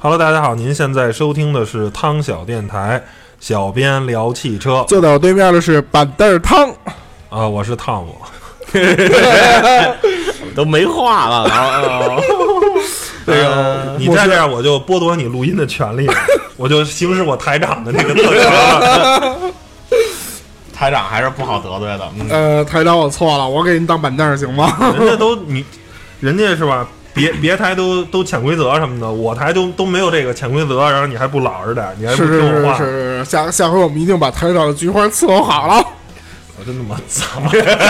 Hello， 大家好，您现在收听的是汤小电台，小编聊汽车。 坐在我对面的是板凳汤啊，我是汤姆， 都没话了。然后你再这样，我就剥夺你录音的权利了，我就行使我台长的这个特权了。 台长还是不好得罪的。 台长我错了，我给你当板凳行吗？ 人家是吧？别台都潜规则什么的，我台都没有这个潜规则，然后你还不老实点，你还不听我话。 是，下回我们一定把台长的菊花伺候好了。 我真他妈脏！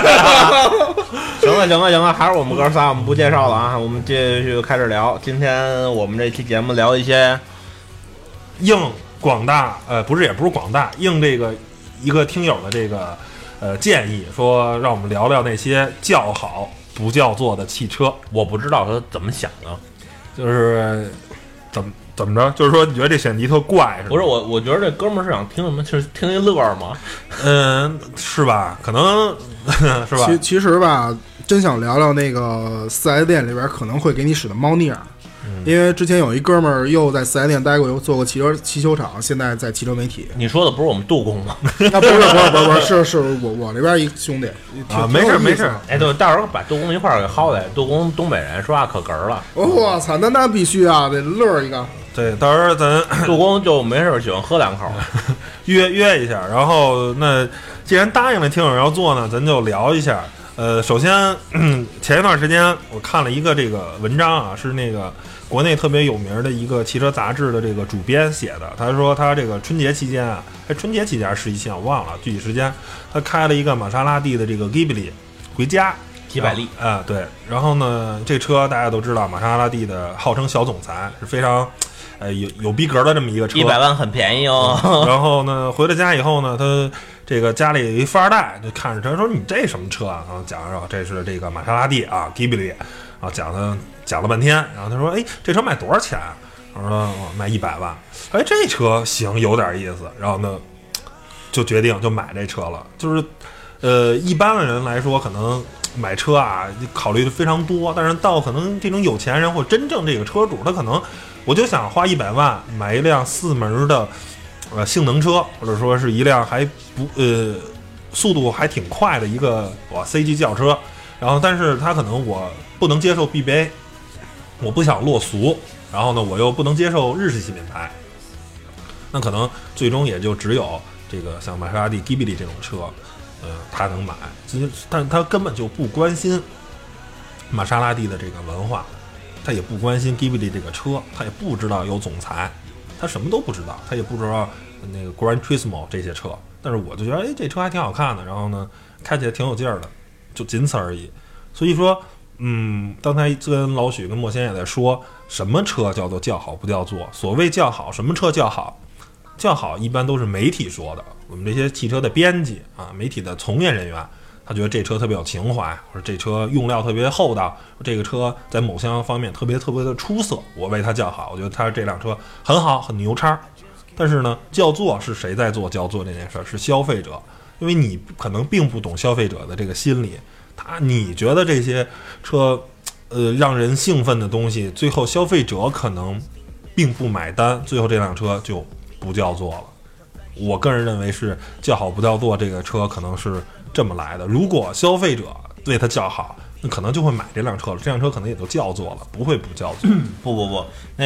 行了，还是我们哥仨，我们不介绍了啊，我们继续开始聊。今天我们这期节目聊一些应广大不是广大，应这个一个听友的这个建议，说让我们聊聊那些叫好不叫座的汽车。 我不知道他怎么想的， 就是怎么着？就是说你觉得这选题特怪是吧？ 不是我觉得这哥们儿是想听什么？就是听一乐吗？ 是吧？可能是吧？ 其实吧，真想聊聊那个4S店里边可能会给你使的猫腻儿。因为之前有一哥们儿又在4S店待过，又做过汽修厂，现在在汽车媒体。 你说的不是我们杜工吗？ 那不是我这边一兄弟啊，没事。 哎，对，到时候把杜工一块儿给薅来。杜工东北人，说话可哏儿了。 我操，那必须啊，得乐一个。 对，到时候咱杜工就没事喜欢喝两口， 约一下。然后那既然答应了听友要做呢，咱就聊一下。首先前一段时间我看了一个这个文章啊，是那个国内特别有名的一个汽车杂志的这个主编写的。他说他这个春节期间啊，春节期间是11期我忘了具体时间，他开了一个玛莎拉蒂的这个 Ghibli 回家几百例啊，对。然后呢，这车大家都知道，玛莎拉蒂的号称小总裁，是非常有逼格的这么一个车 ，100万很便宜哦。 然后呢，回了家以后呢，他这个家里有一富二代，就看着车说：“你这什么车啊？”然后讲说这是这个玛莎拉蒂啊 ，Ghibli 啊，讲了半天。然后他说：“哎，这车卖多少钱？”我说：“卖100万。”哎，这车行，有点意思。然后呢，就决定就买这车了。就是一般的人来说，可能买车啊，考虑的非常多。但是到可能这种有钱人或真正这个车主，他可能我就想花100万买一辆4门的。性能车，或者说是一辆还不速度还挺快的一个CG 轿车，然后但是它可能我不能接受 BBA， 我不想落俗，然后呢我又不能接受日系品牌，那可能最终也就只有这个像玛莎拉蒂 Ghibli 这种车，他能买，但他根本就不关心玛莎拉蒂的这个文化，他也不关心 Ghibli 这个车，他也不知道有总裁。他什么都不知道，他也不知道那个 Gran Turismo 这些车，但是我就觉得，哎，这车还挺好看的，然后呢，开起来挺有劲儿的，就仅此而已。所以说，刚才跟老许跟莫先也在说，什么车叫做叫好不叫座？所谓叫好，什么车叫好？叫好一般都是媒体说的，我们这些汽车的编辑啊，媒体的从业人员。他觉得这车特别有情怀，或者这车用料特别厚道，这个车在某项方面特别的出色，我为它叫好。我觉得它这辆车很好，很牛叉。但是呢，叫座是谁在做叫座这件事？是消费者，因为你可能并不懂消费者的这个心理。你觉得这些车，让人兴奋的东西，最后消费者可能并不买单，最后这辆车就不叫座了。我个人认为是叫好不叫座，这个车可能是这么来的。如果消费者对它叫好，那可能就会买这辆车了，这辆车可能也就叫座了，不会不叫座。 不，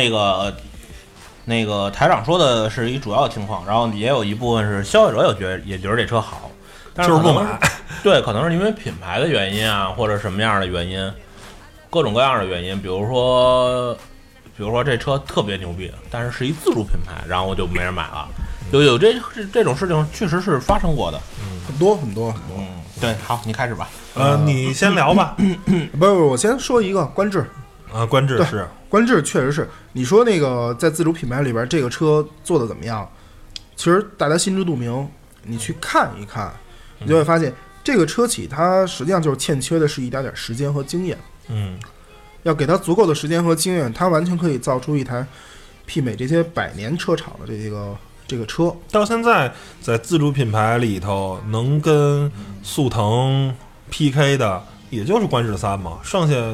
那个台长说的是一主要的情况，然后也有一部分是消费者也觉得这车好，但是就是不买。 对，可能是因为品牌的原因啊，或者什么样的原因，各种各样的原因，比如说这车特别牛逼，但是一自主品牌，然后我就没人买了。有这种事情确实是发生过的， 很多。 对，好，你开始吧。 你先聊吧。 不是，我先说一个观致。 观致是观致，确实是。你说那个在自主品牌里边，这个车做的怎么样？其实大家心知肚明。你去看一看，你就会发现这个车企它实际上就是欠缺的是一点点时间和经验。要给它足够的时间和经验，它完全可以造出一台媲美这些100年车厂的这个车。 到现在在自主品牌里头能跟速腾 PK 的也就是观致3嘛，剩下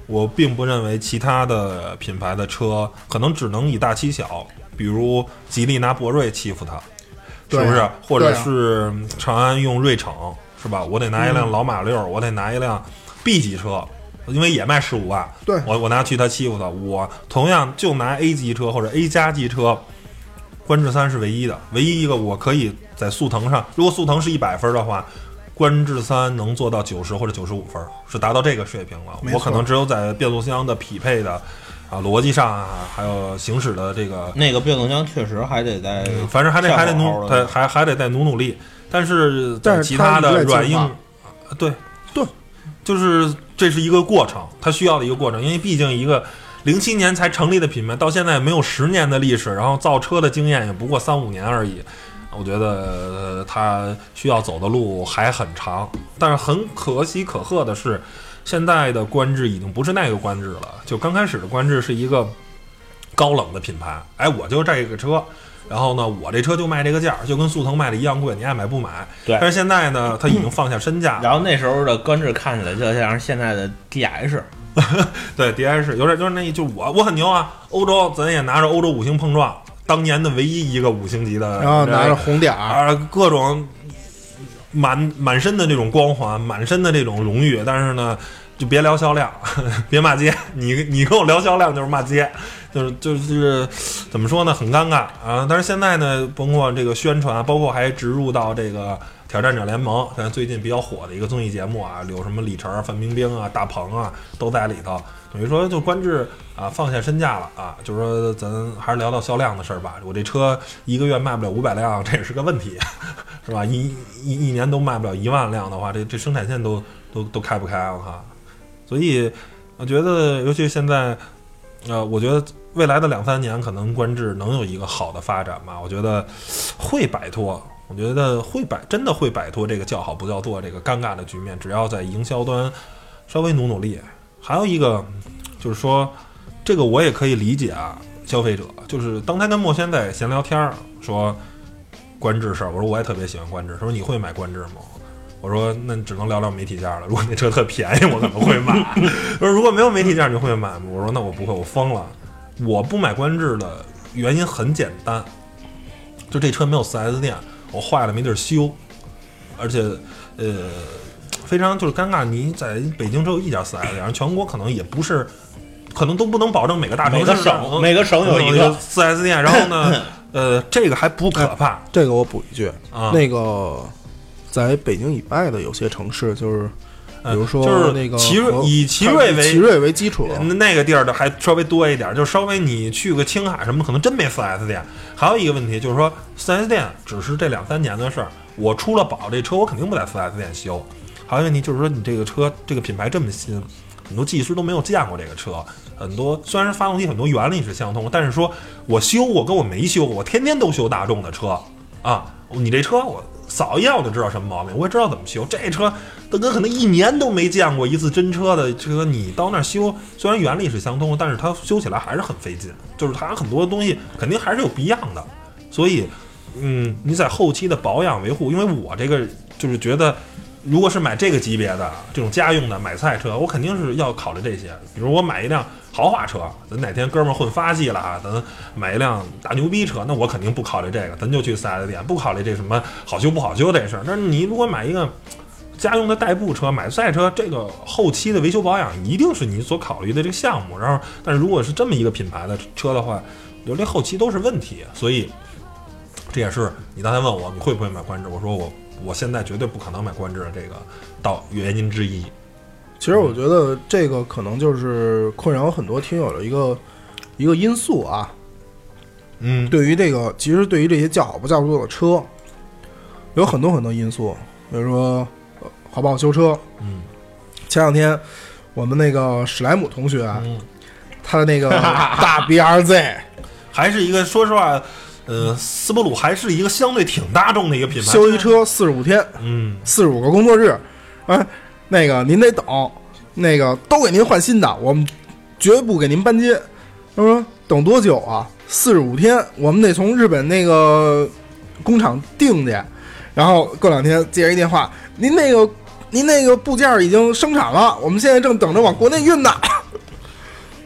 我并不认为其他的品牌的车可能只能以大欺小，比如吉利拿博瑞欺负它，是不是？或者是长安用锐骋，是吧？我得拿一辆老马六，我得拿一辆 B 级车，因为也卖15万， 对， 我拿去他欺负他。我同样就拿 A 级车或者 A 加级车，观致3是唯一一个我可以在速腾上，如果速腾是100分的话，观致3能做到90或者95分，是达到这个水平了。我可能只有在变速箱的匹配的逻辑上啊，还有行驶的这个那个变速箱确实还得在， 反正还得努，还得再努力。但是在其他的软硬，对，就是这是一个过程，它需要的一个过程，因为毕竟一个07年才成立的品牌，到现在没有10年的历史，然后造车的经验也不过3-5年而已。我觉得它需要走的路还很长，但是很可喜可贺的是，现在的观致已经不是那个观致了。就刚开始的观致是一个高冷的品牌，哎，我就这个车，然后呢，我这车就卖这个价，就跟速腾卖的一样贵，你爱买不买。 对。 但是现在呢，它已经放下身价。 然后那时候的观致看起来就像现在的 DS。 对 DS 有点就是那，就我很牛啊！欧洲咱也拿着欧洲5星碰撞。当年的唯一一个5星级的， 然后拿着红点儿， 各种满身的这种光环，满身的这种荣誉，但是呢，就别聊销量，别骂街，你跟我聊销量就是骂街，就是怎么说呢，很尴尬啊！但是现在呢，包括这个宣传，包括还植入到这个挑战者联盟，但最近比较火的一个综艺节目啊，有什么李晨、范冰冰啊、大鹏啊都在里头。等于说就观致啊放下身价了啊，就是说咱还是聊到销量的事儿吧。我这车一个月卖不了500辆，这也是个问题，是吧？一年都卖不了1万辆的话，这生产线都开不开，我靠！所以我觉得，尤其现在，我觉得未来的2-3年可能观致能有一个好的发展吧。我觉得会摆脱，我觉得真的会摆脱这个叫好不叫座这个尴尬的局面，只要在营销端稍微努力。还有一个就是说，这个我也可以理解啊，消费者就是当他跟莫轩在闲聊天说观致事儿，我说我也特别喜欢观致，他说你会买观致吗？我说那只能聊聊媒体价了，如果那车特便宜我可能会买。他说如果没有媒体价你会买吗？我说那我不会，我疯了。我不买观致的原因很简单，就这车没有 4S 店，我坏了没地儿修，而且非常就是尴尬，你在北京只有一家4S店，全国可能也不是，可能都不能保证每个大城市每个省有一个 4S店。然后呢，这个还不可怕。 这个我补一句啊，那个在北京以外的有些城市，就是比如说就是那个以奇瑞为基础， 那个地儿的还稍微多一点，就稍微你去个青海什么，可能真没4S店。还有一个问题就是说，4S店只是这2-3年的事儿，我出了保这车我肯定不在4S店修。还有问题就是说，你这个车这个品牌这么新，很多技师都没有见过这个车，很多虽然发动机很多原理是相通，但是说我修过跟我没修过，我天天都修大众的车啊，你这车我扫一眼我就知道什么毛病，我也知道怎么修。这车大哥可能1年都没见过一次真车的车，你到那儿修，虽然原理是相通，但是它修起来还是很费劲，就是它很多东西肯定还是有不一样的。所以你在后期的保养维护，因为我这个就是觉得如果是买这个级别的这种家用的买菜车，我肯定是要考虑这些。比如我买一辆豪华车，咱哪天哥们儿混发迹了啊，咱买一辆大牛逼车，那我肯定不考虑这个，咱就去4S店，不考虑这什么好修不好修这事儿。但是你如果买一个家用的代步车，买赛车，这个后期的维修保养一定是你所考虑的这个项目。然后，但是如果是这么一个品牌的车的话，我觉得这后期都是问题。所以这也是你刚才问我你会不会买观致，我说我现在绝对不可能买观致的这个原因之一。 其实我觉得这个可能就是困扰很多听友的一个因素啊。对于这个，其实对于这些叫好不叫座的车，有很多因素，比如说好不好修车。前两天我们那个史莱姆同学，他的那个大 BRZ 还是一个，说实话。斯波鲁还是一个相对挺大众的一个品牌， 修一车45天，45个工作日，那个您得等，那个都给您换新的，我们绝不给您搬接。他说等多久啊？45天，我们得从日本那个工厂订去，然后过2天接着一电话，您那个部件已经生产了，我们现在正等着往国内运呢。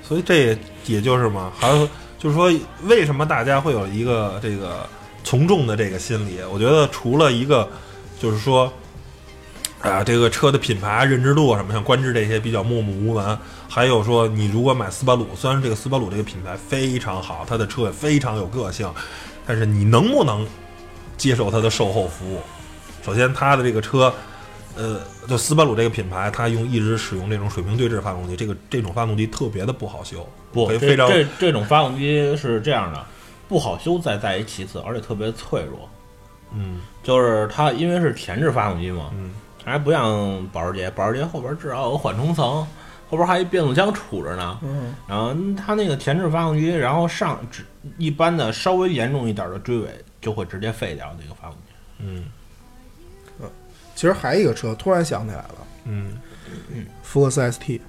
所以这也就是嘛，还有就是说，为什么大家会有一个这个从众的这个心理？我觉得除了一个就是说，这个车的品牌认知度什么，像观致这些比较默默无闻，还有说你如果买斯巴鲁，虽然这个斯巴鲁这个品牌非常好，它的车也非常有个性，但是你能不能接受它的售后服务？首先，它的这个车。就斯巴鲁这个品牌，它一直使用这种水平对置发动机，这种发动机特别的不好修，非常这种发动机是这样的，不好修在于其次，而且特别脆弱。就是它因为是前置发动机嘛，还不像保时捷后边至少有缓冲层，后边还有变速箱杵着呢。然后它那个前置发动机，然后一般的稍微严重一点的追尾就会直接废掉这个发动机。 其实还有一个车，突然想起来了，福克斯 ST，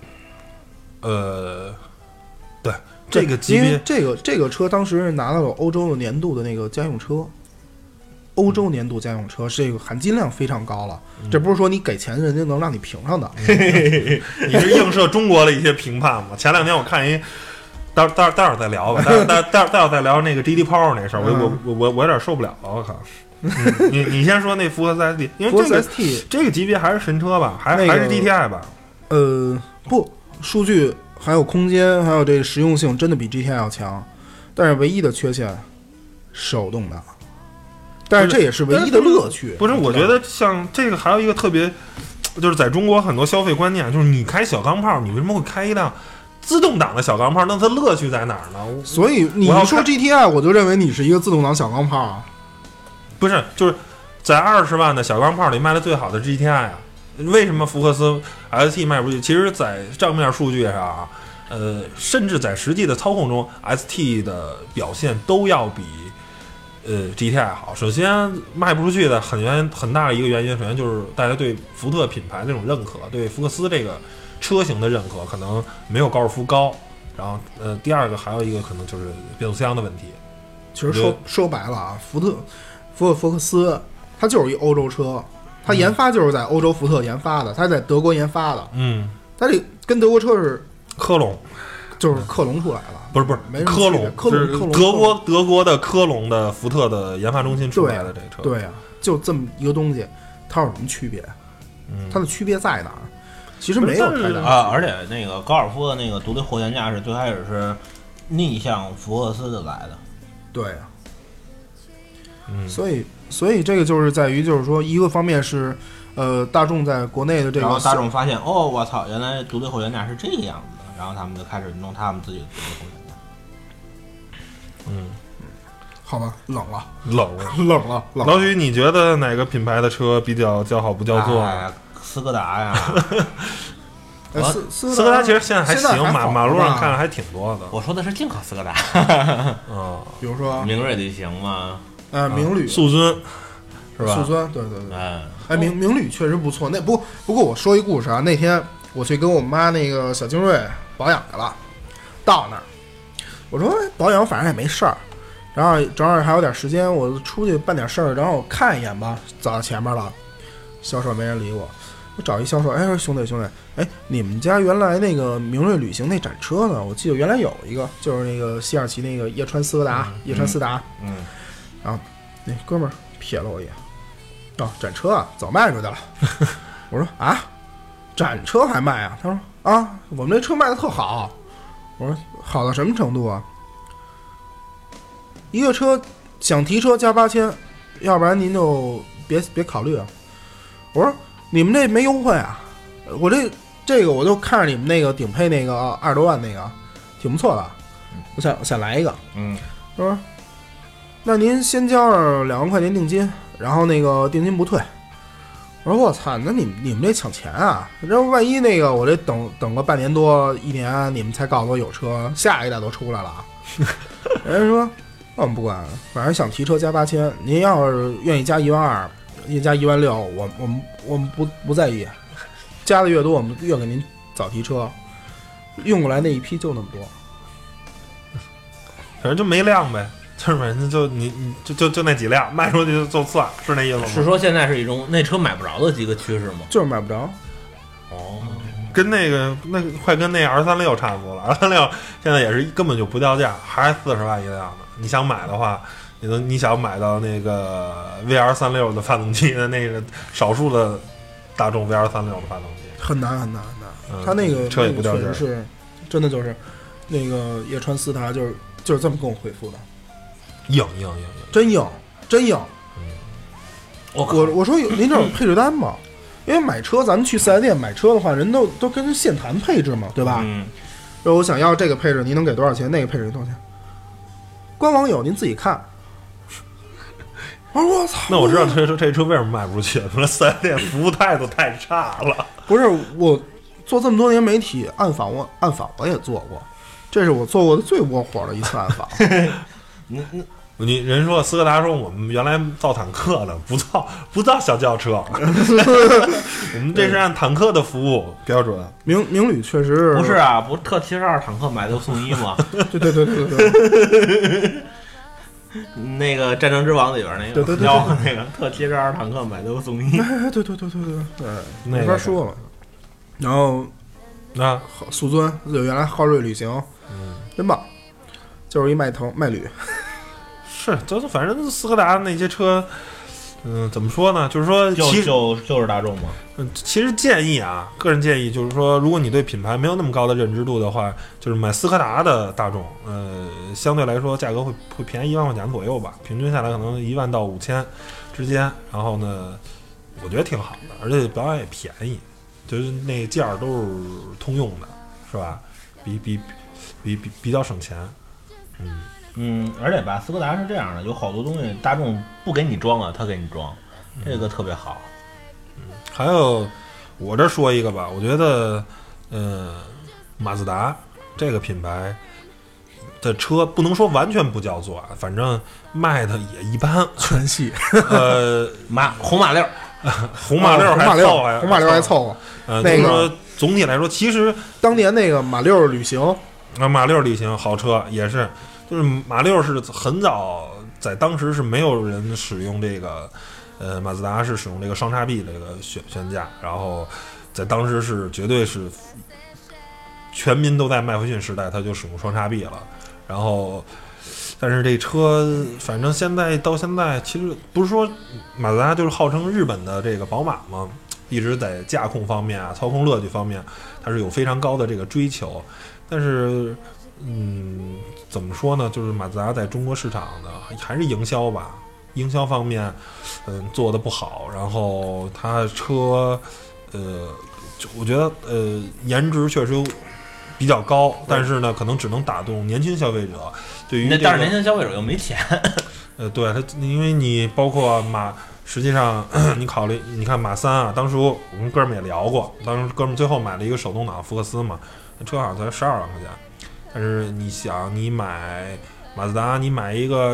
对，这个级别， 这个车当时拿到了欧洲的年度的那个家用车，欧洲年度家用车，这个含金量非常高了。这不是说你给钱人家能让你评上的， 你是映射中国的一些评判吗？前两天我看一，待会儿再聊吧，待会儿再聊那个 GT Power 那事儿，我有点受不了了，我靠。你先说那福克斯 ST， 因为这个级别还是神车吧，还是 GTI 吧？ 不，数据还有空间，还有这个实用性，真的比 GTI 要强。但是唯一的缺陷，手动挡。但是这也是唯一的乐趣。 不是，我觉得像这个还有一个特别，就是在中国很多消费观念，就是你开小钢炮，你为什么会开一辆自动挡的小钢炮？那它乐趣在哪儿呢？ 所以你说 GTI， 我就认为你是一个自动挡小钢炮啊。 不是，就是在20万的小钢炮里卖的最好的 GTI 啊，为什么福克斯 ST 卖不出去？其实，在账面数据上甚至在实际的操控中 ，ST 的表现都要比GTI 好。首先卖不出去的很大的一个原因，首先就是大家对福特品牌这种认可，对福克斯这个车型的认可可能没有高尔夫高。然后第二个还有一个可能就是变速箱的问题。 其实说白了啊，福克斯它就是一欧洲车，它研发就是在欧洲福特研发的，它在德国研发的。它这跟德国车是科隆， 就是克隆出来了。 不是科隆，德国的科隆的福特的研发中心出来的这车。 对啊，就这么一个东西，它有什么区别？它的区别在哪儿？其实没有太大啊。而且那个高尔夫的那个独立后悬架是最开始是逆向福克斯的来的。 对啊。所以这个就是在于，就是说，一个方面是，大众在国内的这个， 然后大众发现，我操，原来独立后悬架是这个样子的，然后他们就开始弄他们自己的独立后悬架。 好吧，冷了。 老许，你觉得哪个品牌的车比较叫好不叫座？ 斯柯达呀。 斯柯达其实现在还行，马路上看还挺多的。 我说的是进口斯柯达。 比如说明锐的行吗？ 明旅、 速尊是吧？ 速尊，对。明旅确实不错。不过我说一故事啊，那天我去跟我妈那个小精锐保养去了，到那儿我说保养反正也没事儿，然后正好还有点时间，我出去办点事儿，然后我看一眼吧，走到前面了，销售没人理我。我找一销售，说兄弟，你们家原来那个明锐旅行那展车呢？我记得原来有一个，就是那个西二旗那个叶川斯达，然后那哥们儿瞥了我一眼，展车啊，早卖出去了。我说啊，展车还卖啊？他说啊，我们这车卖的特好。我说好到什么程度啊？一个车想提车加8000，要不然您就别考虑啊。我说你们这没优惠啊？我这个我就看着你们那个顶配那个20多万那个挺不错的，我想来一个。他说那您先交上2万块钱定金，然后那个定金不退。我说我操，那你们这抢钱啊？然后万一那个我这等个半年多1年，你们才告诉我有车，下一代都出来了。人家说那我们不管，反正想提车加8000，您要是愿意加12000，加16000，我们不在意，加的越多我们越给您早提车。用过来那一批就那么多， 反正就没量呗。就是你就那几辆卖出去就算是那意思吗？ 是说现在是一种那车买不着的几个趋势吗？ 就是买不着。 跟那快跟那236差不多了。 ，236现在也是根本就不掉价，还是40万一辆的。你想买的话，你想买到那个 VR36的发动机的那个少数的大众 VR36的发动机， 很难。他那个车也不掉价， 确实是真的就是那个叶川斯达就是这么跟我回复的， 硬， 真硬。我说您这有配置单吗？因为买车，咱们去四 S 店买车的话，人都跟人现谈配置嘛，对吧？说我想要这个配置，您能给多少钱？那个配置多少钱？官网有，您自己看。我说我操！ 那我知道这车为什么卖不出去，说4S店服务态度太差了。 不是我做这么多年媒体，暗访我也做过，这是我做过的最窝火的一次暗访。 你人说斯柯达说我们原来造坦克的，不造小轿车，我们这是按坦克的服务标准。 明旅确实不是啊，不是特72坦克买6送1吗？ 对。 那个《战争之王》里边那个， 对， 那个特72坦克买6送1， 对，没法说了。然后速尊就原来昊锐旅行，真棒，就是一卖旅。 是，反正斯柯达那些车，怎么说呢？就是说， 就是大众嘛。 其实建议啊，个人建议就是说，如果你对品牌没有那么高的认知度的话，就是买斯柯达的大众，相对来说价格会便宜1万块钱左右吧，平均下来可能1万到5000之间。然后呢，我觉得挺好的，而且保养也便宜，就是那件儿都是通用的，是吧？比较省钱， 而且吧，斯柯达是这样的，有好多东西大众不给你装了，他给你装，这个特别好。 还有我这说一个吧，我觉得马自达这个品牌的车不能说完全不叫座，反正卖的也一般， 全系红马六还凑合。 那个总体来说，其实当年那个马六旅行好车也是。就是马六是很早，在当时是没有人使用这个，马自达是使用这个双叉臂这个悬架，然后在当时是绝对是全民都在麦弗逊时代，他就使用双叉臂了。然后，但是这车反正到现在，其实不是说马自达就是号称日本的这个宝马嘛，一直在驾控方面啊、操控乐趣方面，它是有非常高的这个追求，但是。怎么说呢？就是马自达在中国市场的还是营销吧，营销方面，做的不好。然后它车，我觉得颜值确实比较高，但是呢，可能只能打动年轻消费者。对于但是年轻消费者又没钱。 对它，因为你包括实际上你考虑，你看马3啊，当时我跟哥们也聊过，当时哥们最后买了一个手动挡福克斯嘛，那车好像才12万块钱。但是你想，你买马自达，你买一个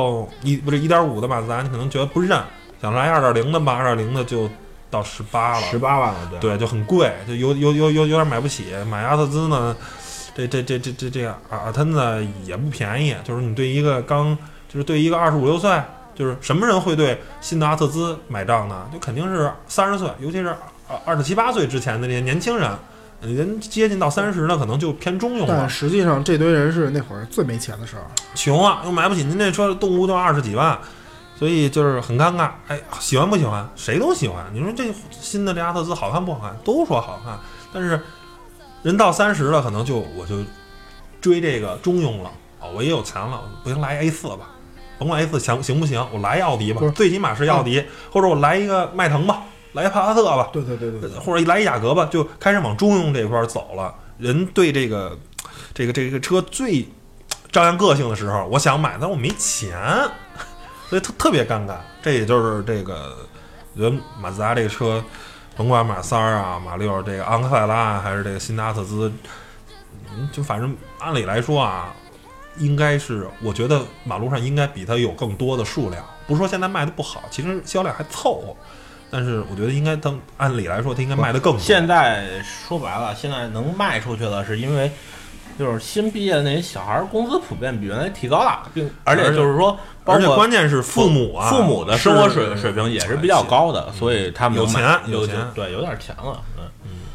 1.5的马自达，你可能觉得不认，想来2.0的吧，2.0的就到18了 ，18万了， 对，就很贵，就有点买不起。买阿特兹呢，这阿特呢也不便宜，就是你对一个对一个25、6岁，就是什么人会对新的阿特兹买账呢？就肯定是30岁，尤其是27、8岁之前的这些年轻人。人接近到30呢，可能就偏中用了。 但实际上，这堆人是那会儿最没钱的时候， 穷啊，又买不起您这车，动物就20几万，所以就是很尴尬。哎，喜欢不喜欢？谁都喜欢。你说这新的这阿特兹好看不好看？都说好看，但是人到30了，可能我就追这个中庸了。我也有钱了，不行来 A4 吧，甭管 A4 行不行，我来奥迪吧，最起码是奥迪，或者我来一个迈腾吧。来一帕萨特吧， 对， 或者来一雅阁吧，就开始往中庸这块走了。人对这个车最张扬个性的时候，我想买，但我没钱，所以特别尴尬。这也就是这个，我觉得马自达这个车，甭管马3啊、马6，这个昂克赛拉还是这个新的阿特兹，就反正按理来说啊，应该是我觉得马路上应该比它有更多的数量。不是说现在卖的不好，其实销量还凑合。但是我觉得应该按理来说，它应该卖得更多。 现在说白了，现在能卖出去了，是因为就是新毕业的那些小孩工资普遍比原来提高了，而且就是说， 而且关键是父母的生活水平也是比较高的，所以他们有钱， 对，有点钱了。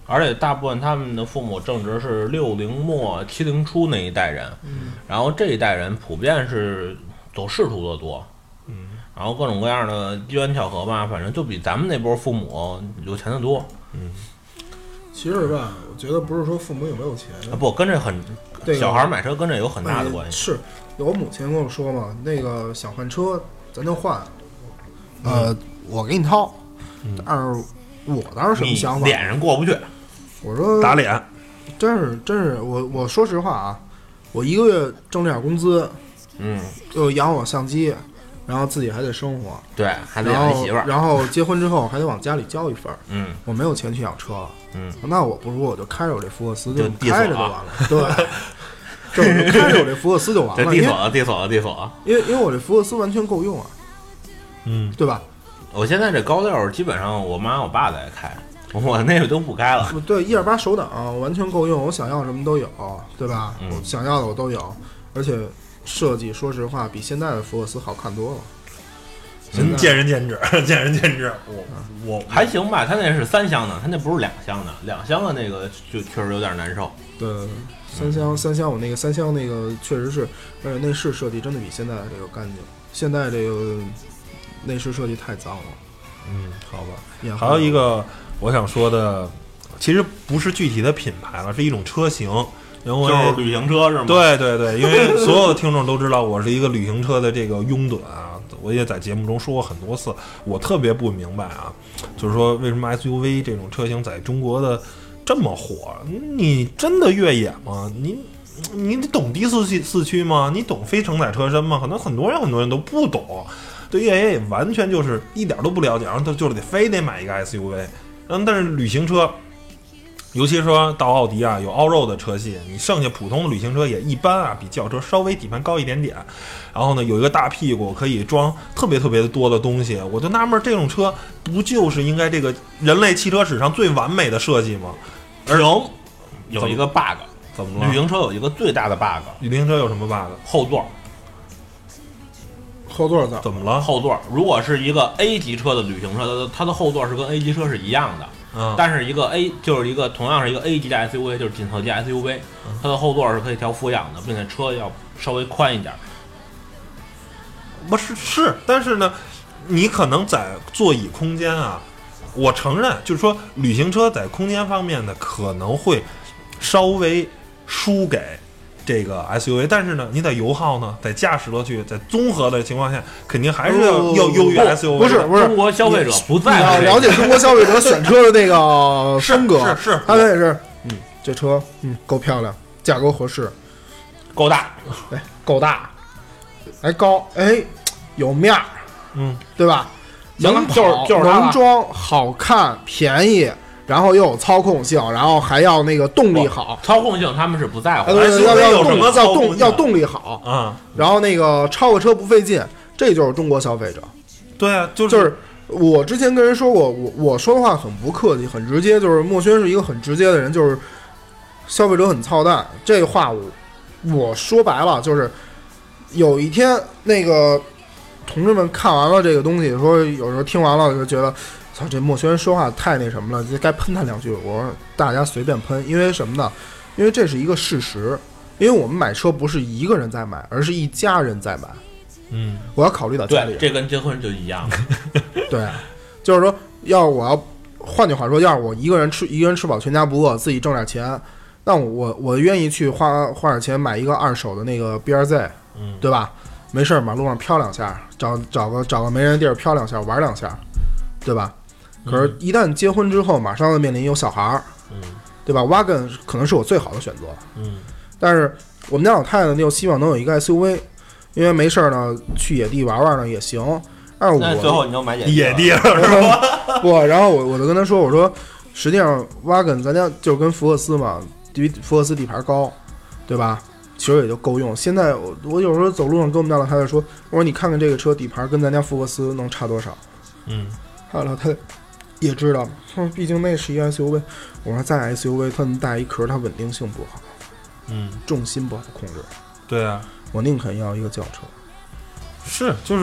而且大部分他们的父母正值是60末70初那一代人，然后这一代人普遍是走仕途的多，然后各种各样的机缘巧合吧，反正就比咱们那波父母有钱的多。 其实吧，我觉得不是说父母有没有钱， 不跟这很， 这个小孩买车跟这有很大的关系。 是，我母亲跟我说嘛，那个想换车咱就换，我给你掏，但是我当时什么想法？ 脸上过不去。 我说打脸， 真是，我说实话啊，我一个月挣这点工资，就养我相机，然后自己还得生活， 对，还得养媳妇儿， 然后结婚之后还得往家里交一份，我没有钱去养车了，那我不如我就开着我这福克斯就开着就完了，对，就开着我这福克斯就完了， 地锁， 因为我这福克斯完全够用啊，对吧？ 我现在这高六基本上我妈我爸在开，我那个都不开了。 对，1.8手挡完全够用，我想要什么都有，对吧？我想要的我都有，而且设计说实话比现在的福克斯好看多了。 见仁见智，见仁见智。我还行吧，他那是3厢的，他那不是2厢的，2厢的那个就确实有点难受。 对，3厢我那个3厢那个确实是，而且内饰设计真的比现在这个干净。现在这个内饰设计太脏了。 好吧。还有一个我想说的，其实不是具体的品牌了，是一种车型。 就是旅行车是吗？ 对，因为所有的听众都知道我是一个旅行车的这个拥趸啊，我也在节目中说过很多次。我特别不明白啊，就是说为什么 SUV 这种车型在中国的这么火？你真的越野吗？你懂低四驱吗？你懂非承载车身吗？可能很多人都不懂，对越野也完全就是一点都不了解，然后他就是非得买一个 SUV。但是旅行车，尤其说到奥迪啊，有 Allroad 的车系，你剩下普通的旅行车也一般啊，比轿车稍微底盘高一点点。然后呢，有一个大屁股可以装特别的多的东西，我就纳闷，这种车不就是应该这个人类汽车史上最完美的设计吗？ 有一个 bug， 怎么了？ 旅行车有一个最大的 bug， 旅行车有什么 bug？ 后座怎么了？ 后座如果是一个 A 级车的旅行车，它的后座是跟 A 级车是一样的。但是一个 A 就是一个同样是一个 A 级的 SUV， 就是紧凑级 SUV， 它的后座是可以调俯仰的，并且车要稍微宽一点。 不是，但是呢，你可能在座椅空间啊，我承认，就是说旅行车在空间方面呢可能会稍微输给这个 SUV， 但是呢，你在油耗呢，在驾驶乐趣，在综合的情况下，肯定还是要优于 SUV。 不是， 中国消费者不在乎、 了解中国消费者选车的那个风格， 是， 他也是，这车够漂亮，价格合适， 够大， 够大，还高，有面儿，对吧？能跑，能装，好看，便宜。然后又有操控性，然后还要那个动力好。 操控性他们是不在乎， 要动力好啊。 然后那个超个车不费劲，这就是中国消费者。 对啊， 就是我之前跟人说过，我说的话很不客气，很直接，就是墨轩是一个很直接的人，就是消费者很操蛋。这话我说白了，就是有一天那个同志们看完了这个东西，说有时候听完了就觉得。操，这墨轩说话太那什么了，就该喷他2句。我说大家随便喷，因为什么呢？因为这是一个事实。因为我们买车不是一个人在买，而是一家人在买。我要考虑到家里人。 对，这跟结婚就一样。 对，就是说，换句话说，要是我一个人吃饱全家不饿，自己挣点钱，那我愿意去花点钱买一个2手的那个 BRZ，对吧？没事，马路上飘2下，找个没人地儿飘2下，玩2下，对吧？可是，一旦结婚之后，马上要面临有小孩儿，对吧？Wagon 可能是我最好的选择，但是我们家老太太又希望能有一个 SUV， 因为没事呢去野地玩呢也行。但是那最后你就买野地了是吧？ 不，然后我就跟她说，我说实际上 Wagon 咱家就跟福克斯嘛，比福克斯底盘高，对吧？其实也就够用。现在我有时候走路上跟我们家老太太说，我说你看看这个车底盘跟咱家福克斯能差多少？还有老太太也知道，毕竟那是一个 SUV。我说在 SUV 它能带一壳，它稳定性不好，重心不好控制。 对啊， 我宁肯要一个轿车。 是，就是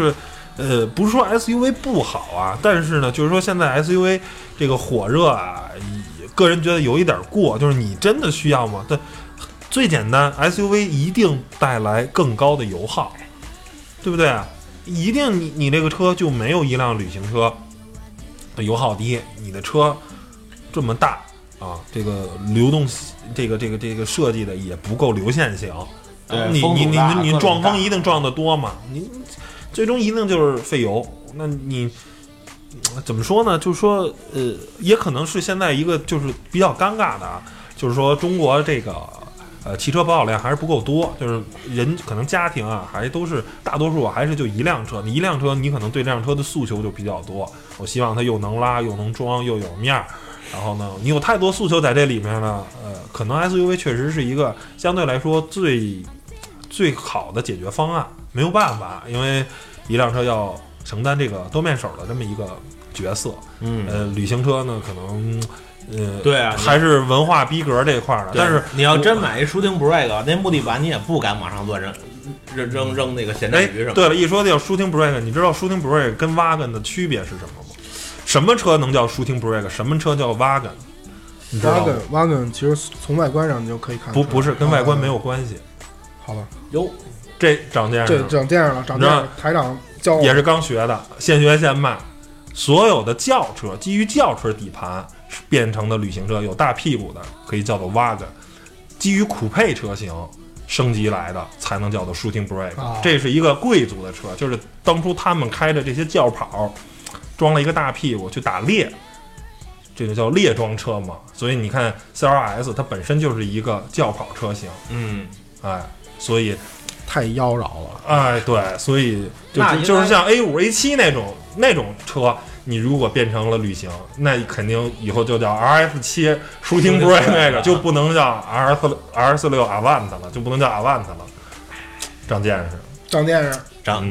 不是说 SUV 不好啊，但是呢，就是说现在 SUV 这个火热啊，个人觉得有一点过，就是你真的需要吗？最简单 ，SUV 一定带来更高的油耗，对不对啊？一定你这个车就没有一辆旅行车的油耗低，你的车这么大啊，这个流动这个设计的也不够流线型，你撞风一定撞得多嘛，你最终一定就是费油。那你怎么说呢？就是说，也可能是现在一个就是比较尴尬的啊，就是说中国这个汽车保有量还是不够多，就是人可能家庭啊还都是大多数还是就一辆车，你一辆车你可能对这辆车的诉求就比较多，我希望它又能拉又能装又有面儿。然后呢，你有太多诉求在这里面呢，可能 SUV 确实是一个相对来说最好的解决方案，没有办法，因为一辆车要承担这个多面手的这么一个角色。旅行车呢，可能对啊， 还是文化逼格这块的。但是你要真买一shooting brake，那木地板你也不敢往上做扔那个咸蛋鱼什么的。 对了，一说叫shooting brake， 你知道shooting brake 跟 wagon 的区别是什么吗？什么车能叫 shooting brake？ 什么车叫 wagon？ 你知道吗？ wagon 其实从外观上你就可以看出来， 不是跟外观没有关系。 好吧， 哟， 这长这样了， 长这样了，长这样了。台长教我也是刚学的，现学现卖。所有的轿车基于轿车底盘变成的旅行车，有大屁股的可以叫做 wagon， 基于酷配车型升级来的才能叫做 shooting brake。这是一个贵族的车，就是当初他们开着这些轿跑，装了一个大屁股去打猎，这个叫猎装车嘛。所以你看 CLS 它本身就是一个轿跑车型，所以太妖娆了， 对，所以就是像 A5、A7 那种车，你如果变成了旅行，那肯定以后就叫 RS7 shooting brake 那个，就不能叫 R46 Avant 了，就不能叫 Avant 了。长见识， 长见识， 长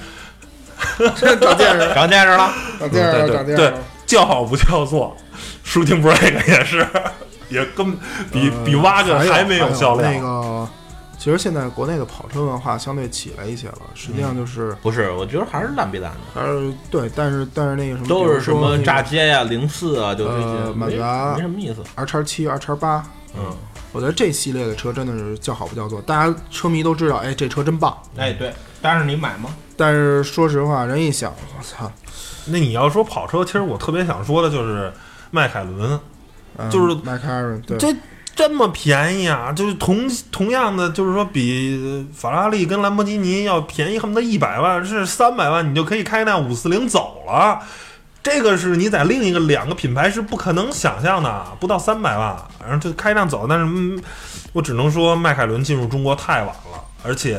见识， 长见识了， 长见识了，长见识对了。 叫好不叫座 ，shooting brake 也是，也比挖个还没有销量。 那个，其实现在国内的跑车文化相对起来一些了，实际上就是不是，我觉得还是烂逼烂的。 对，但是那个什么都是什么炸街呀、04啊，就这些， 马自达没什么意思。 R7、R8，我觉得这系列的车真的是叫好不叫座，大家车迷都知道，这车真棒。 对，但是你买吗？ 但是说实话，人一想，我操， 那你要说跑车，其实我特别想说的就是迈凯伦，就是迈凯伦，对， 这么便宜啊！就是同样的，就是说比法拉利跟兰博基尼要便宜，恨不得100万，是300万，你就可以开辆540走了。这个是你在另一个两个品牌是不可能想象的，不到300万，然后就开辆走。但是，我只能说迈凯伦进入中国太晚了，而且，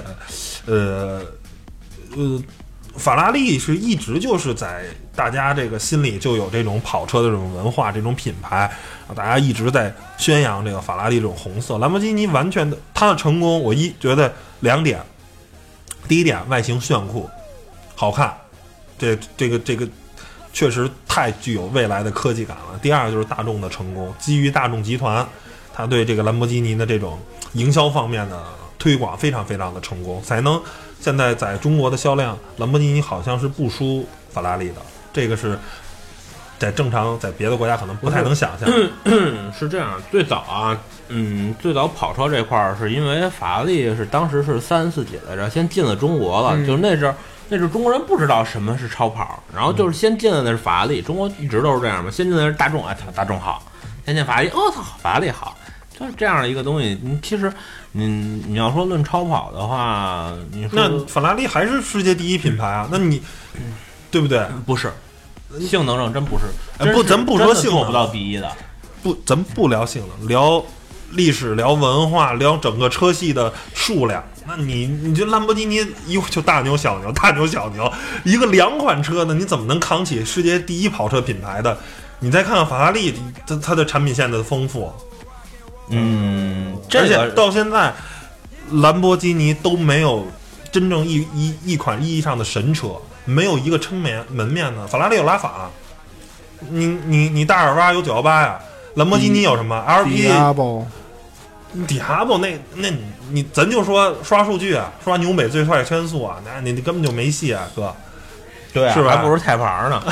法拉利是一直就是在大家这个心里就有这种跑车的这种文化，这种品牌啊，大家一直在宣扬这个法拉利这种红色。兰博基尼完全的它的成功，我觉得2点，第一点外形炫酷，好看，这个确实太具有未来的科技感了。第二就是大众的成功，基于大众集团，它对这个兰博基尼的这种营销方面的推广非常非常的成功，才能现在在中国的销量，兰博基尼好像是不输法拉利的，这个是在正常在别的国家可能不太能想象。 是这样，最早跑车这块儿是因为法拉利是当时是3、4几来着，先进了中国了，就是那阵中国人不知道什么是超跑，然后就是先进的那是法拉利，中国一直都是这样嘛，先进的是大众，大众好，先进法拉利，法拉利好。就是这样的一个东西，其实你要说论超跑的话，你说那法拉利还是世界第一品牌啊？那你对不对？ 不是，性能上真不是。 咱不说性能， 做不到第一的。 咱不聊性能，聊历史，聊文化，聊整个车系的数量。那你这兰博基尼一会就大牛小牛，大牛小牛，一个2款车呢，你怎么能扛起世界第一跑车品牌的？你再看看法拉利，它的产品线的丰富。而且到现在，兰博基尼都没有真正一款意义上的神车，没有一个撑门面的。法拉利有拉法，你大耳挖有918呀，兰博基尼有什么 LP？ 迪哈波那咱就说刷数据啊，刷纽北最快圈速啊，那你根本就没戏啊，哥。 对啊， 是吧还不如泰牌呢。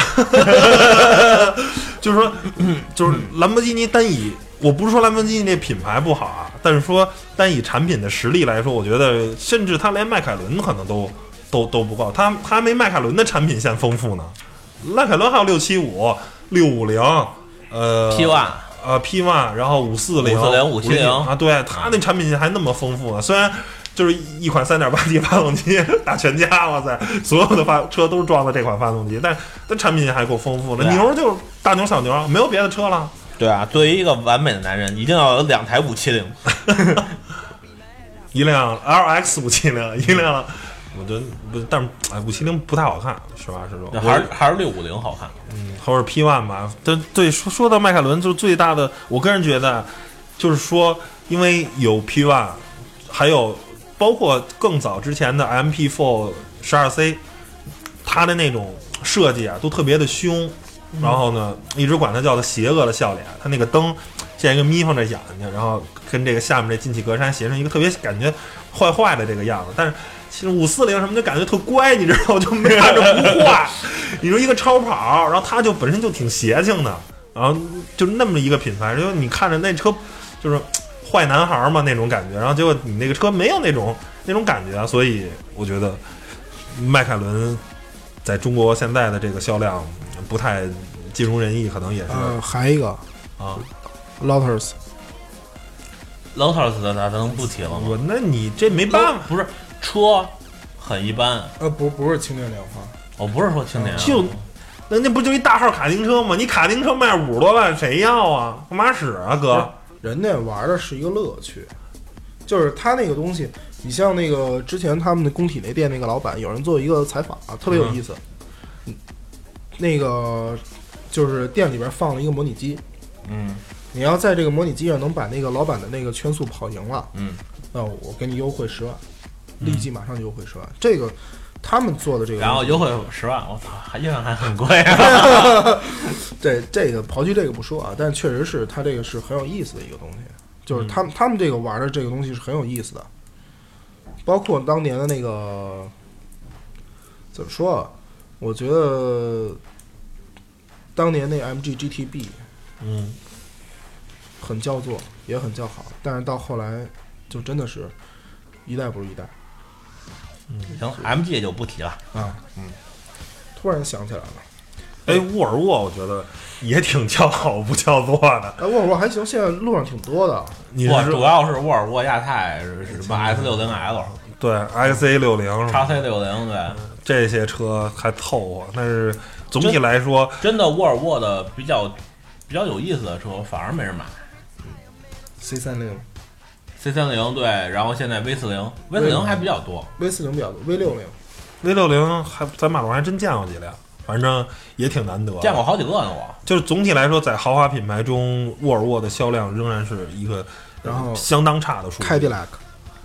就是说，就是兰博基尼单以，我不是说兰博基尼这品牌不好啊，但是说单以产品的实力来说，我觉得甚至它连迈凯伦可能都不够，它还没迈凯伦的产品线丰富呢。迈凯伦还有675、650， P1。 P1，然后540、 570 啊，对，它那产品线还那么丰富呢。虽然就是一款 3.8T 发动机打全家，哇塞，所有的车都装的这款发动机，但产品线还够丰富的。牛就是大牛小牛，没有别的车了。 对啊，作为一个完美的男人，一定要有2台570， 一辆 LX 570，一辆。我觉得不，但是570不太好看，实话实说， 还是650好看。 或者 P1 吧。对，说到迈凯伦，就是最大的，我个人觉得，就是说，因为有 P1，还有包括更早之前的 MP4 12C， 它的那种设计啊，都特别的凶。然后呢，一直管它叫做邪恶的笑脸。它那个灯像一个眯缝着眼睛，然后跟这个下面这进气格栅形成一个特别感觉坏坏的这个样子。但是其实540什么就感觉特乖，你知道，就没看着不坏。你说一个超跑，然后它就本身就挺邪性的，然后就那么一个品牌，就你看着那车就是坏男孩嘛那种感觉，然后结果你那个车没有那种感觉，所以我觉得迈凯伦在中国现在的这个销量不太尽如人意，可能也是。 还一个啊 ，Lotus 的咱能不提了吗？ 那你这没办法， 不是车很一般。 不是轻电两花， 我不是说轻点， 就那不就一大号卡丁车吗？你卡丁车卖50多万，谁要啊？干嘛使啊，哥？ 人家玩的是一个乐趣，就是他那个东西，你像那个之前他们的工体那店那个老板，有人做一个采访啊，特别有意思。那个就是店里边放了一个模拟机，你要在这个模拟机上能把那个老板的那个圈速跑赢了，那我给你优惠10万，立即马上就优惠10万。这个他们做的这个， 然后优惠10万，我操，依然还很贵啊。 这个刨去这个不说啊，但确实是他这个是很有意思的一个东西，就是他们这个玩的这个东西是很有意思的，包括当年的那个怎么说啊？我觉得当年那 MG GTB， 很叫座，也很叫好，但是到后来就真的是一代不如一代。 行 ，MG 也就不提了啊。突然想起来了， 哎，沃尔沃我觉得也挺叫好不叫座的。 哎，沃尔沃还行，现在路上挺多的。 主要是沃尔沃亚太是什么 S60L， 对 XA60、 XC60，对， 这些车还凑合。但是总体来说， 真的沃尔沃的比较有意思的车反而没人买。C30 对，然后现在 V40 还比较多 ，V40比较多 ，V60还在马路上还真见过几辆，反正也挺难得， 见过好几个呢。我就是总体来说，在豪华品牌中，沃尔沃的销量仍然是一个相当差的数。 凯迪拉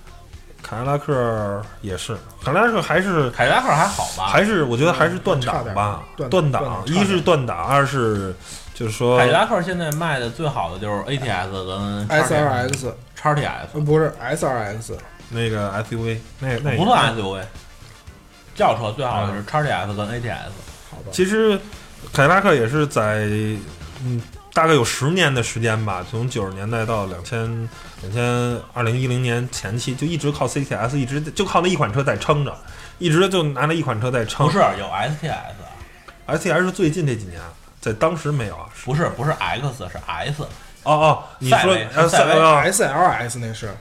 克也是，凯迪拉克还好吧？还是我觉得还是断档吧，断档，一是断档，二是就是说， 凯迪拉克现在卖的最好的就是 ATS 跟 SRX，XTS 不是 SRX 那个 SUV， 那不算 SUV， 轿车最好的是 XTS 跟 ATS。 好吧， 其实凯迪拉克也是在大概有10年的时间吧，从90年代到2010年前期，就一直靠 CTS， 一直就靠那一款车在撑着，一直就拿那一款车在撑。 不是有 STS 是最近这几年，在当时没有啊。 不是 X 是 S。 你说 SLS 那是。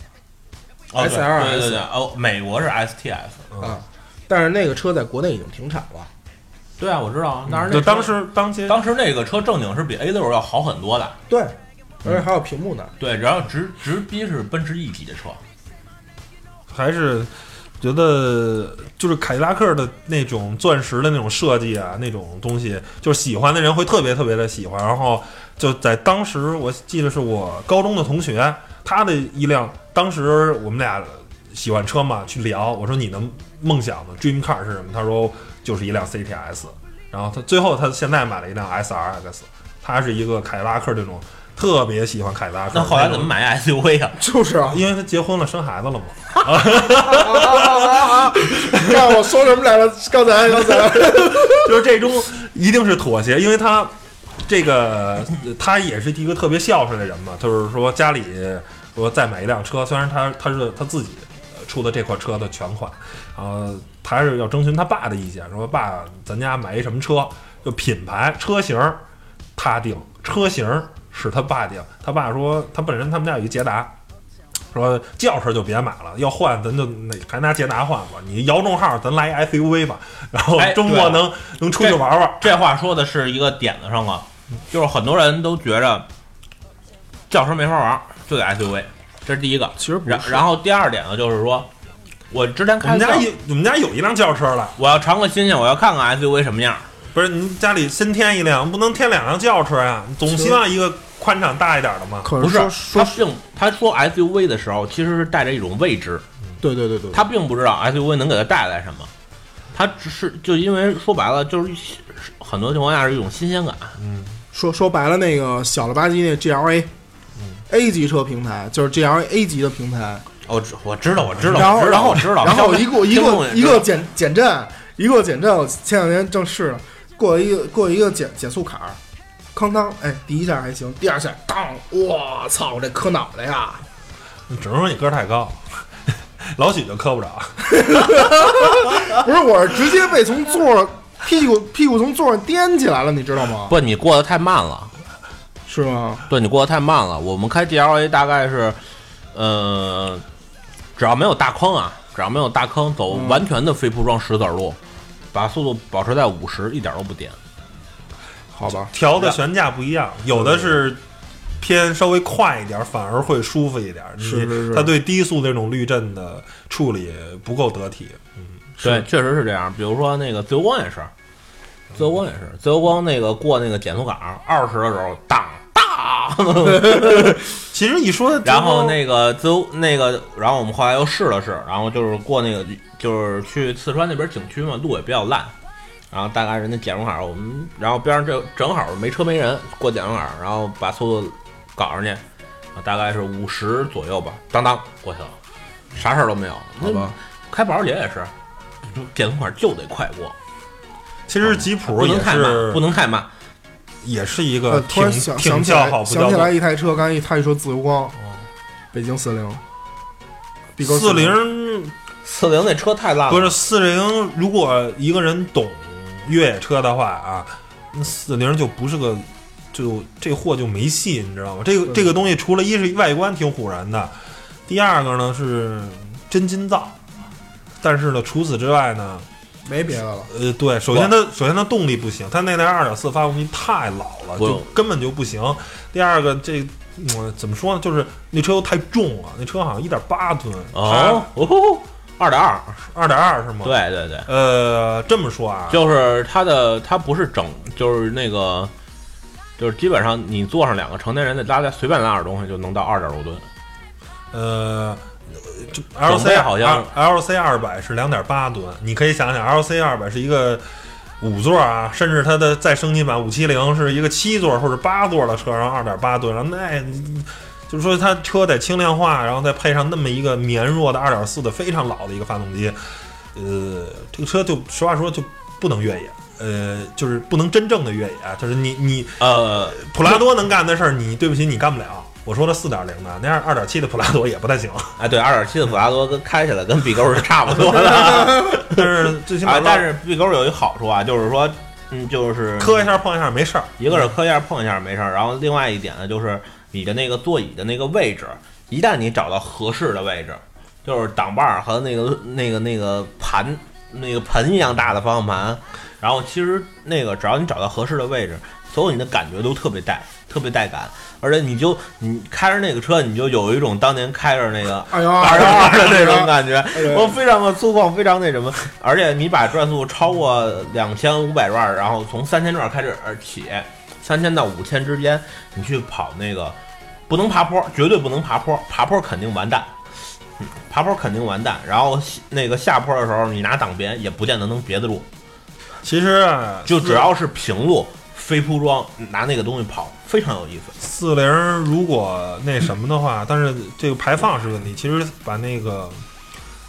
SLS 对，美国是 STS 啊，但是那个车在国内已经停产了。 对啊，我知道，但是就当时那个车正经是比 A6 要好很多的。 对，而且还有屏幕呢。 对，然后直逼是奔驰 E 级的车。 还是觉得就是凯迪拉克的那种钻石的那种设计啊，那种东西，就是喜欢的人会特别特别的喜欢。然后就在当时，我记得是我高中的同学，他的一辆，当时我们俩喜欢车嘛，去聊，我说你的梦想的 dream car 是什么？他说就是一辆 CTS。然后最后他现在买了一辆 SRX， 他是一个凯迪拉克这种特别喜欢凯迪拉克。 那后来怎么买 SUV 啊？ 就是啊， 因为他结婚了，生孩子了嘛。 让我说什么来了？刚才就是这种一定是妥协，因为他这个他也是一个特别孝顺的人嘛，就是说家里说再买一辆车，虽然他是他自己出的这款车的全款，他还是要征询他爸的意见，说爸，咱家买一什么车，就品牌车型他定，车型是他爸定。他爸说他本身他们家有一捷达，说轿车就别买了，要换咱就还拿捷达换吧。你摇中号，咱来一 SUV 吧，然后周末能出去玩玩。 这话说的是一个点子上了，就是很多人都觉着轿车没法玩，就得 SUV， 这是第一个。 其实不是。 然后第二点呢，就是说我之前开我们家有一辆轿车了， 我要尝个新鲜，我要看看 SUV 什么样。 不是你家里新添一辆，不能添两辆轿车呀？总希望一个宽敞大一点的嘛。 可是他说 SUV 的时候，其实是带着一种未知。 对， 他并不知道 SUV 能给他带来什么，他只是就因为说白了，就是很多情况下是一种新鲜感。 说白了，那个小了吧唧那 GLA，A 级车平台就是 GLA A 级的平台。 我知道， 然后一个减震，一个减震，我前两天正试了。过一个减速坎儿，哐当，哎，第一下还行，第二下当，我操，这磕脑袋呀！ 只能说你个儿太高，老许就磕不着。 不是，我是直接被从座屁股从座上颠起来了，你知道吗？ 不，你过得太慢了， 是吗？ 对，你过得太慢了。我们开 GLA 大概是，只要没有大坑走完全的非铺装石子路。把速度保持在50，一点都不颠， 好吧？ 调的悬架不一样，有的是偏稍微快一点，反而会舒服一点。 是， 它对低速那种滤震的处理不够得体。 对，确实是这样。比如说那个自由光也是，自由光那个过那个减速杆20的时候，当。 其实你说， 然后那个然后我们后来又试了试，然后就是过那个，就是去四川那边景区嘛，路也比较烂，然后大概人家减速杆，我们然后边上这正好没车没人，过减速杆，然后把速度搞上去，大概是50左右吧，当过去了，啥事儿都没有。 好吧， 开保时捷也是，减速杆就得快过。 其实吉普也是不能太慢。 也是一个突然想起来一台车，刚才他一说自由光，北京40， 那车太烂了。 不是40，如果一个人懂越野车的话啊，那40就不是个，就这货就没戏，你知道吗？这个东西除了一是外观挺唬人的，第二个呢是真金造，但是呢除此之外呢。 没别的了。 对，首先它动力不行，它那台2.4发动机太老了，就根本就不行。第二个，怎么说呢？就是那车又太重了，那车好像1.8吨。2.2是吗？ 对。 这么说啊， 就是它不是整，就是那个，就是基本上你坐上2个成年人的拉随便拉点东西就能到2.多吨。 LC 好像 LC 200是2.8吨，你可以想想 LC 200是一个5座啊，甚至它的再升级版570是一个7座或者8座的车，然后2.8吨，然后那就是说它车得轻量化，然后再配上那么一个绵弱的2.4的非常老的一个发动机，这个车就实话说就不能越野。就是不能真正的越野，就是你普拉多能干的事儿，你对不起你干不了。我说的4.0的，那样2.7的普拉多也不太行。 哎，对，2.7的普拉多开起来跟 B 勾是差不多的， 但是最起码， 但是 B 勾有一好处啊，就是说，就是磕一下碰一下没事儿。 一个是磕一下碰一下没事儿，然后另外一点呢，就是你的那个座椅的那个位置，一旦你找到合适的位置，就是挡把和那个盘那个盆一样大的方向盘，然后其实那个只要你找到合适的位置，所有你的感觉都特别带感。而且你开着那个车，你就有一种当年开着那个212的那种感觉，我非常的粗犷，非常那什么。而且你把转速超过2500转，然后从3000转开始起，3000到5000之间，你去跑那个，不能爬坡，绝对不能爬坡，爬坡肯定完蛋。然后那个下坡的时候，你拿挡别也不见得能别得住。 其实啊， 就只要是平路。非铺装拿那个东西跑非常有意思。 40如果那什么的话，但是这个排放是问题。其实把那个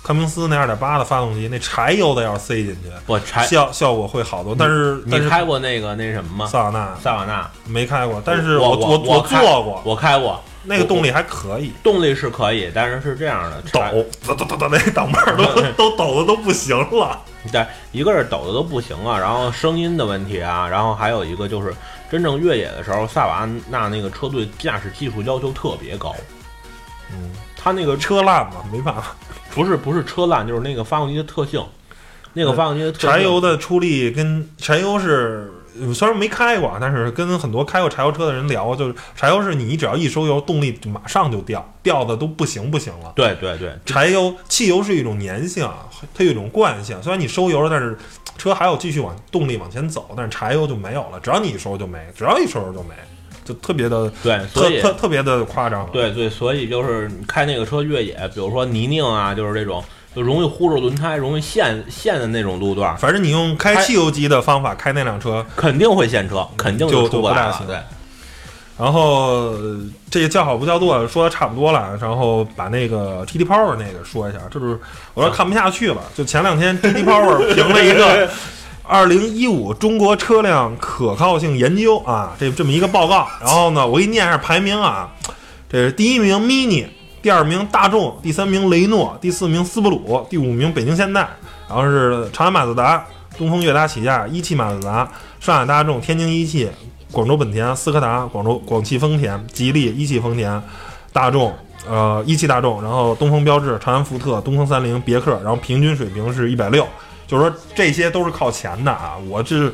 科明斯那2.8的发动机，那柴油的要是塞进去， 不柴效果会好多。但是你开过那什么吗？ 萨瓦纳没开过，但是我坐过， 我开过， 那个动力还可以， 动力是可以，但是这样的抖，那挡把都抖的都不行了。 对，一个是抖的都不行了，然后声音的问题啊，然后还有一个就是真正越野的时候，萨瓦纳那个车对驾驶技术要求特别高。他那个车烂嘛，没办法， 不是车烂，就是那个发动机的特性，那个发动机的特性。 柴油的出力跟柴油是。虽然没开过，但是跟很多开过柴油车的人聊，就是柴油是你只要一收油，动力马上就掉的都不行了。 对， 汽油是一种粘性，它有一种惯性。虽然你收油，但是车还有继续动力往前走，但是柴油就没有了，只要你一收油就没，就特别的对，所以特别的夸张。 对，所以就是你开那个车越野，比如说泥泞啊，就是这种。就容易忽着轮胎，容易陷的那种路段。 反正你用开汽油机的方法开那辆车， 肯定会陷车，肯定就出不来了。 对。然后这个叫好不叫座说的差不多了，然后把那个 GT Power 那个说一下，就是我说看不下去了。就前2天 GT Power 评了一个2015中国车辆可靠性研究啊，这么一个报告。然后呢，我给你念一下排名啊，这是第1名 Mini。第2名大众，第3名雷诺，第4名斯巴鲁，第5名北京现代，然后是长安马自达、东风悦达起亚、一汽马自达、上海大众、天津一汽、广州本田、斯柯达、广汽丰田、吉利、一汽丰田、大众，一汽大众，然后东风标致、长安福特、东风三菱、别克，然后平均水平是160，就是说这些都是靠前的啊。我这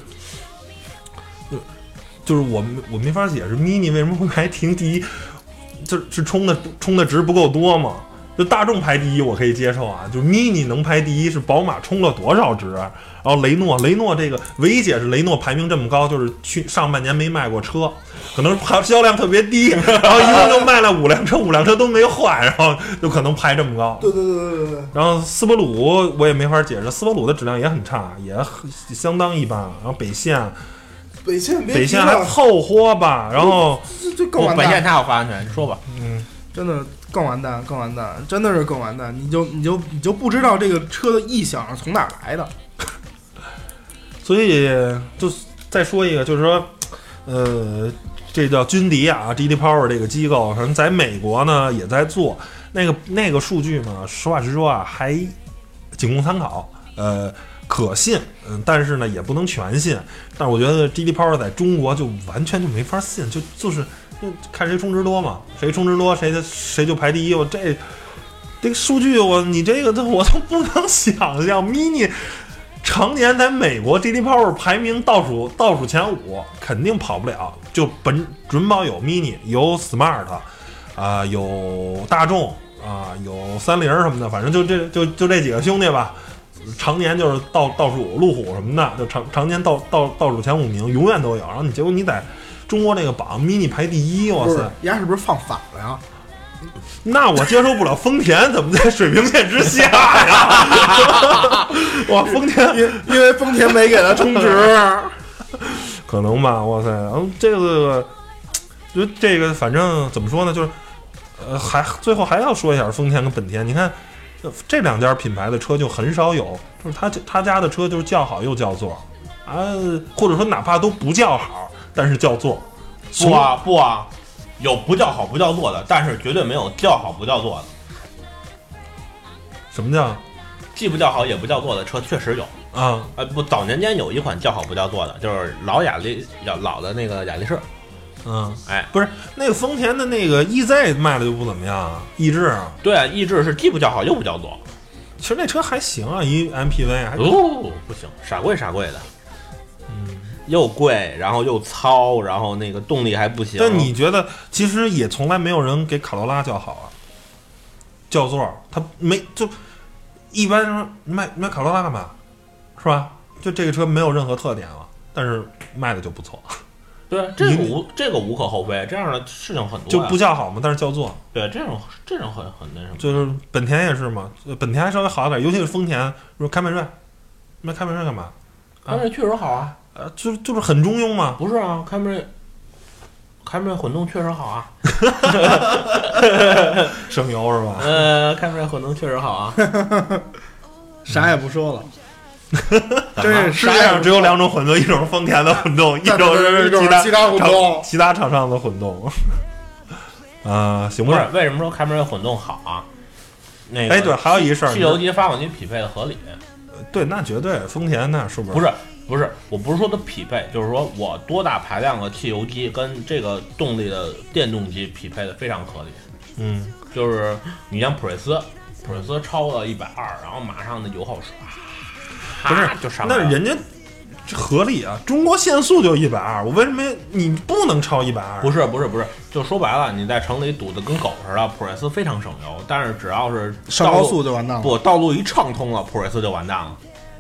就是我没法解释 Mini 为什么会排停第一。是冲的值不够多吗？就大众排第一我可以接受啊，就 Mini 能排第一是宝马冲了多少值啊？然后雷诺这个唯一解释雷诺排名这么高，就是去上半年没卖过车，可能销量特别低，然后一共就卖了5辆车，5辆车都没换，然后就可能排这么高。 对。 然后斯巴鲁我也没法解释，斯巴鲁的质量也很差，也相当一般。然后北线还凑合吧，然后这更完蛋。 北线它有发安全，你说吧。 真的更完蛋，真的是更完蛋。你就不知道这个车的异响是从哪来的。 所以就再说一个，就是说，这叫军迪啊 ，GT Power 这个机构，可能在美国呢也在做那个数据呢，实话实说啊，还仅供参考，可信，但是呢也不能全信。但是我觉得 GT Power 在中国就完全就没法信，就是看谁充值多嘛，谁充值多谁就排第一。这个数据你这个我都不能想象 ，Mini 常年在美国 GT Power 排名倒数前5，肯定跑不了。就准保有 Mini， 有 Smart， 有大众有30什么的，反正就这几个兄弟吧。常年就是倒数，路虎什么的，就常年倒数前5名，永远都有。然后结果你在中国这个榜 Mini 排第一，哇塞， 丫是不是放反了呀？ 那我接受不了，丰田怎么在水平线之下呀？哇，丰田因为丰田没给他充值， 可能吧，哇塞，这个就这个，反正怎么说呢，就是最后还要说一下丰田跟本田，你看。这2家品牌的车就很少有，就是他家的车就是叫好又叫座或者说哪怕都不叫好，但是叫座。 不啊，有不叫好不叫座的，但是绝对没有叫好不叫座的。 什么叫既不叫好也不叫座的车？确实有啊。 不，早年间有一款叫好不叫座的，就是老的那个雅力士。 不是那个丰田的那个 EZ 卖的就不怎么样啊，逸致啊。 对啊，逸致是既不叫好又不叫座。 其实那车还行啊，一 MPV 还不行，傻贵的。又贵，然后又糙，然后那个动力还不行。 但你觉得，其实也从来没有人给卡罗拉叫好啊，叫座，他没就一般说你买卡罗拉干嘛，是吧？就这个车没有任何特点了，但是卖的就不错。 对，这个无可厚非，这样的事情很多， 就不叫好嘛，但是叫座。 对，这种很那什么。 就是本田也是嘛，本田还稍微好一点，尤其是丰田，说凯美瑞，买凯美瑞干嘛？ 凯美瑞确实好啊， 就是很中庸嘛。 不是啊，凯美凯美瑞混动确实好啊， 省油是吧？ 凯美瑞混动确实好啊。 啥也不说了。 真世界上只有2种混动，一种是丰田的混动，一种是其他混动， 其他厂商的混动。行吧。 不是，为什么说凯美瑞混动好啊？那个， 哎，对，还有一事儿， 汽油机、发动机匹配的合理。 对，那绝对，丰田那是不是？ 不是，我不是说它匹配，就是说我多大排量的汽油机跟这个动力的电动机匹配的非常合理。就是你像普锐斯超了120，然后马上的油耗不是就上来了。 那人家合理啊，中国限速就120，我为什么你不能超120？ 不是，就说白了，你在城里堵得跟狗似的，普锐斯非常省油，但是只要是上高速就完蛋了。 不，道路一畅通了，普锐斯就完蛋了。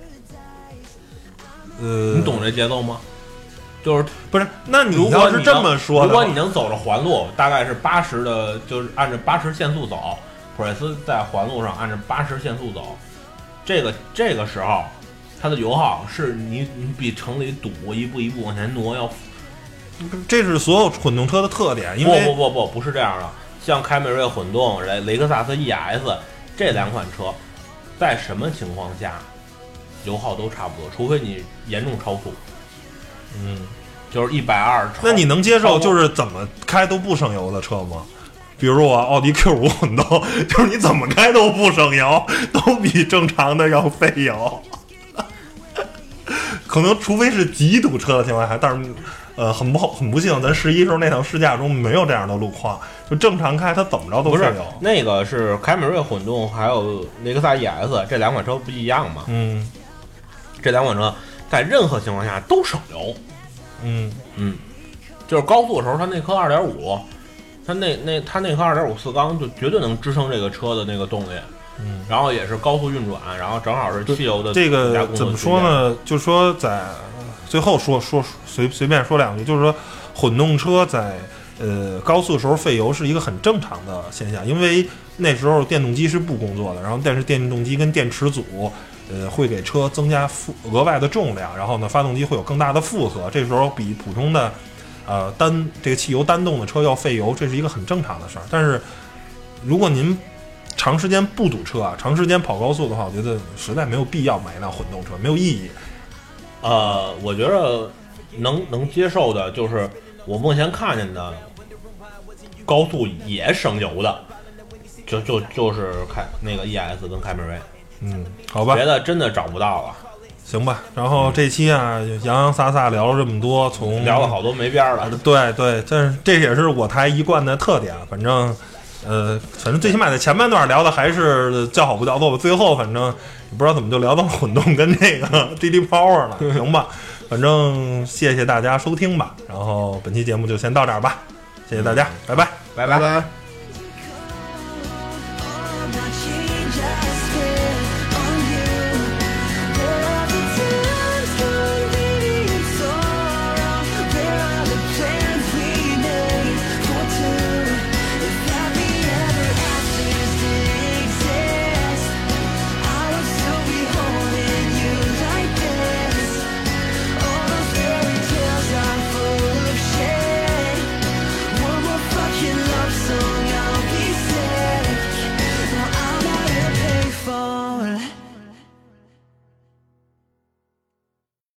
你懂这节奏吗？就是不是？那你要是这么说， 如果你能走着环路，大概是80的，就是按照80限速走，普锐斯在环路上按照80限速走，这个时候，它的油耗是你比城里堵一步一步往前挪要。 这是所有混动车的特点，因为不是这样的。像凯美瑞混动、雷克萨斯 ES 这2款车，在什么情况下油耗都差不多，除非你严重超速。就是120。 那你能接受就是怎么开都不省油的车吗？比如我奥迪 Q5 混动，就是你怎么开都不省油，都比正常的要费油。可能除非是极堵车的情况下，但是很不幸，咱11时候那趟试驾中没有这样的路况，就正常开它怎么着都费油。 那个是凯美瑞混动，还有雷克萨 ES 这2款车不一样吗？这2款车在任何情况下都省油。就是高速的时候，它那颗2.5，它那颗2.5四缸就绝对能支撑这个车的那个动力。然后也是高速运转，然后正好是汽油的这个怎么说呢？就是说在最后说随便说2句，就是说混动车在高速的时候费油是一个很正常的现象，因为那时候电动机是不工作的，然后但是电动机跟电池组会给车增加额外的重量，然后呢发动机会有更大的负荷，这时候比普通的这个汽油单动的车要费油，这是一个很正常的事儿。但是如果您长时间不堵车长时间跑高速的话，我觉得实在没有必要买一辆混动车，没有意义。 我觉得能接受的就是我目前看见的高速也省油的，就是那个 ES 跟凯美瑞。 好吧， 别的真的找不到了。 行吧，然后这期啊洋洋洒洒聊了这么多， 聊了好多没边了。 对，但是这也是我台一贯的特点，反正最起码在前半段聊的还是叫好不叫座吧，最后反正也不知道怎么就聊到混动跟这个滴滴 Power 了，行吧，反正谢谢大家收听吧，然后本期节目就先到这儿吧，谢谢大家，拜拜。 拜拜。